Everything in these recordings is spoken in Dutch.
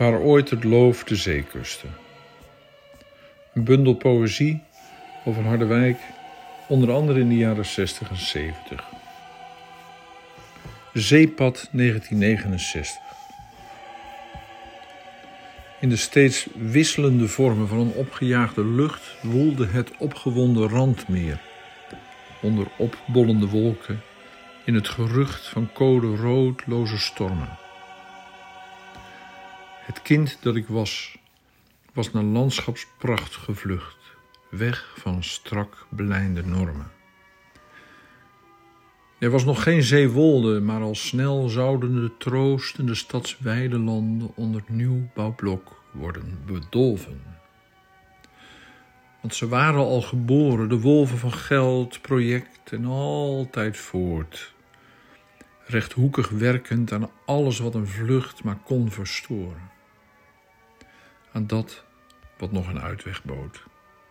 Waar ooit het loof de zee kuste. Een bundel poëzie over Harderwijk, onder andere in de jaren 60 en 70. Zeepad 1969. In de steeds wisselende vormen van een opgejaagde lucht woelde het opgewonden Randmeer onder opbollende wolken in het gerucht van code-roodloze stormen. Het kind dat ik was naar landschapspracht gevlucht, weg van strak belijnde normen. Er was nog geen Zeewolde, maar al snel zouden de troostende stadsweidelanden onder nieuwbouwblok worden bedolven. Want ze waren al geboren, de wolven van geld, project en altijd voort. Rechthoekig werkend aan alles wat een vlucht maar kon verstoren. Aan dat wat nog een uitweg bood.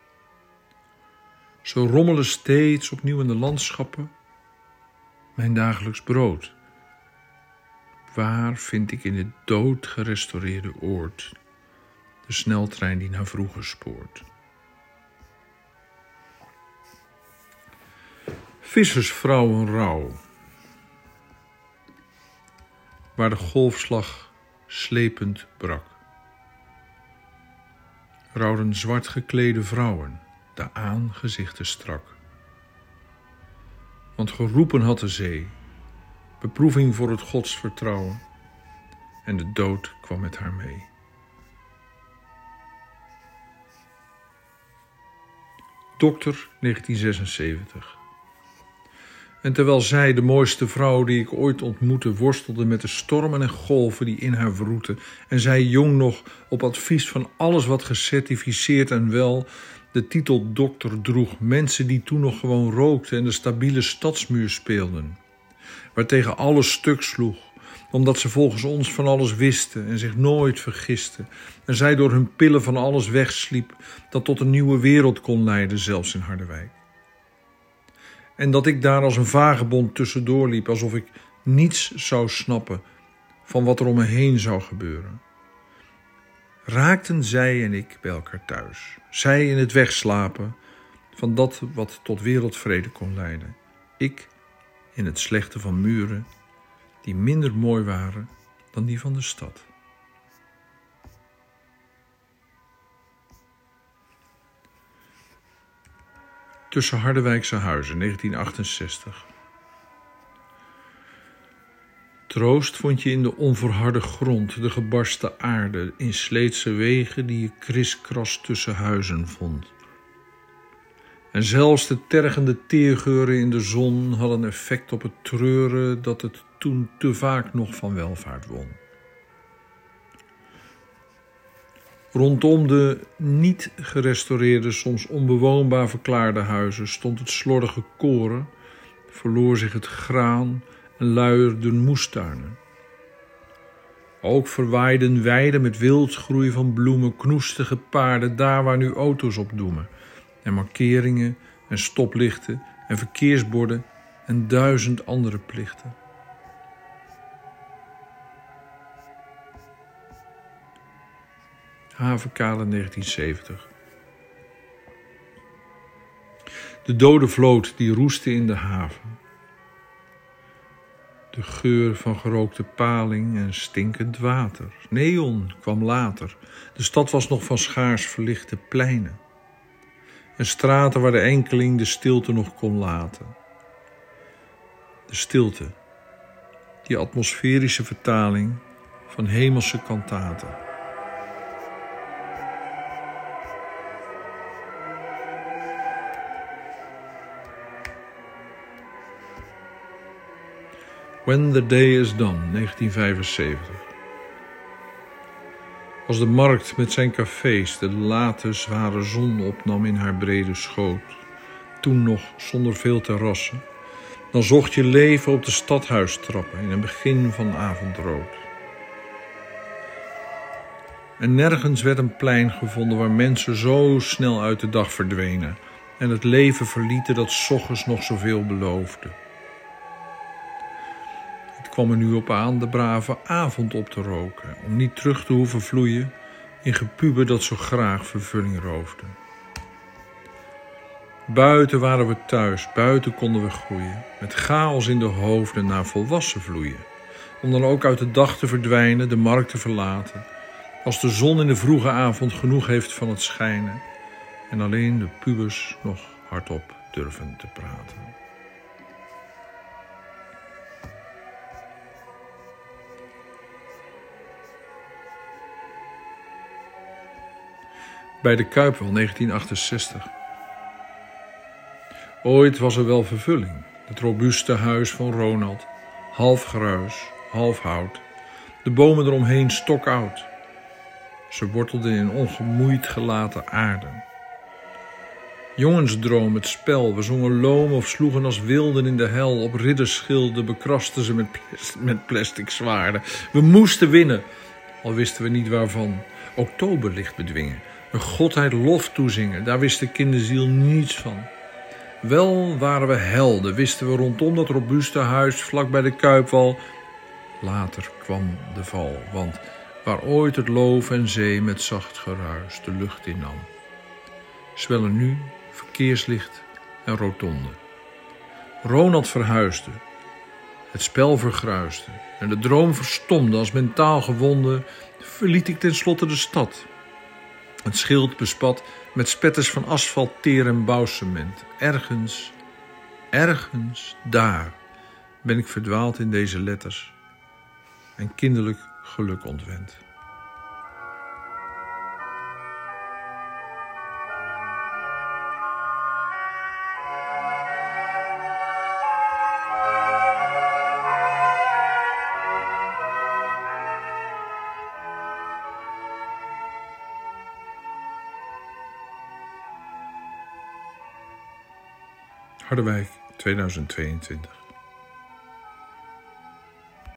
Zo rommelen steeds opnieuw in de landschappen mijn dagelijks brood. Waar vind ik in dit dood gerestaureerde oord de sneltrein die naar vroeger spoort? Vissersvrouwen rouw, waar de golfslag slepend brak. Rouwden zwart geklede vrouwen, de aangezichten strak. Want geroepen had de zee, beproeving voor het godsvertrouwen, en de dood kwam met haar mee. Dokter 1976. En terwijl zij, de mooiste vrouw die ik ooit ontmoette, worstelde met de stormen en golven die in haar wroeten, en zij jong nog op advies van alles wat gecertificeerd en wel de titel dokter droeg, mensen die toen nog gewoon rookten en de stabiele stadsmuur speelden, waartegen alles stuk sloeg, omdat ze volgens ons van alles wisten en zich nooit vergisten, en zij door hun pillen van alles wegsliep dat tot een nieuwe wereld kon leiden, zelfs in Harderwijk. En dat ik daar als een vagebond tussendoor liep, alsof ik niets zou snappen van wat er om me heen zou gebeuren. Raakten zij en ik bij elkaar thuis. Zij in het wegslapen van dat wat tot wereldvrede kon leiden. Ik in het slechte van muren die minder mooi waren dan die van de stad. Tussen Harderwijkse huizen, 1968. Troost vond je in de onverharde grond, de gebarsten aarde, in sleetse wegen die je kriskras tussen huizen vond. En zelfs de tergende teergeuren in de zon hadden effect op het treuren dat het toen te vaak nog van welvaart won. Rondom de niet gerestaureerde, soms onbewoonbaar verklaarde huizen stond het slordige koren, verloor zich het graan en luierden moestuinen. Ook verwaaiden weiden met wildgroei van bloemen, knoestige paarden, daar waar nu auto's op doemen, en markeringen en stoplichten en verkeersborden en 1000 andere plichten. Havenkade 1970. De dode vloot die roestte in de haven. De geur van gerookte paling en stinkend water. Neon kwam later. De stad was nog van schaars verlichte pleinen. En straten waar de enkeling de stilte nog kon laten. De stilte, die atmosferische vertaling van hemelse kantaten. When the Day is Done, 1975. Als de markt met zijn cafés de late zware zon opnam in haar brede schoot, toen nog zonder veel terrassen, dan zocht je leven op de stadhuistrappen in het begin van avondrood. En nergens werd een plein gevonden waar mensen zo snel uit de dag verdwenen en het leven verlieten dat 's ochtends nog zoveel beloofde. Het kwam er nu op aan de brave avond op te roken, om niet terug te hoeven vloeien in gepuber dat zo graag vervulling roofde. Buiten waren we thuis, buiten konden we groeien, met chaos in de hoofden naar volwassen vloeien, om dan ook uit de dag te verdwijnen, de markt te verlaten, als de zon in de vroege avond genoeg heeft van het schijnen en alleen de pubers nog hardop durven te praten. Bij de Kuipwal 1968. Ooit was er wel vervulling. Het robuuste huis van Ronald, half gruis, half hout. De bomen eromheen stokoud. Ze wortelden in ongemoeid gelaten aarde. Jongensdroom, het spel, we zongen loom of sloegen als wilden in de hel. Op ridderschilden bekrasten ze met plastic zwaarden. We moesten winnen, al wisten we niet waarvan. Oktoberlicht bedwingen, een godheid lof toezingen, daar wist de kinderziel niets van. Wel waren we helden, wisten we rondom dat robuuste huis vlak bij de Kuipwal. Later kwam de val, want waar ooit het loof en zee met zacht geruis de lucht innam, zwellen nu verkeerslicht en rotonde. Ronald verhuisde, het spel vergruisde en de droom verstomde. Als mentaal gewonde verliet ik tenslotte de stad. Het schild bespat met spetters van asfalt, teer en bouwcement. Ergens daar ben ik verdwaald in deze letters en kinderlijk geluk ontwend. Harderwijk, 2022.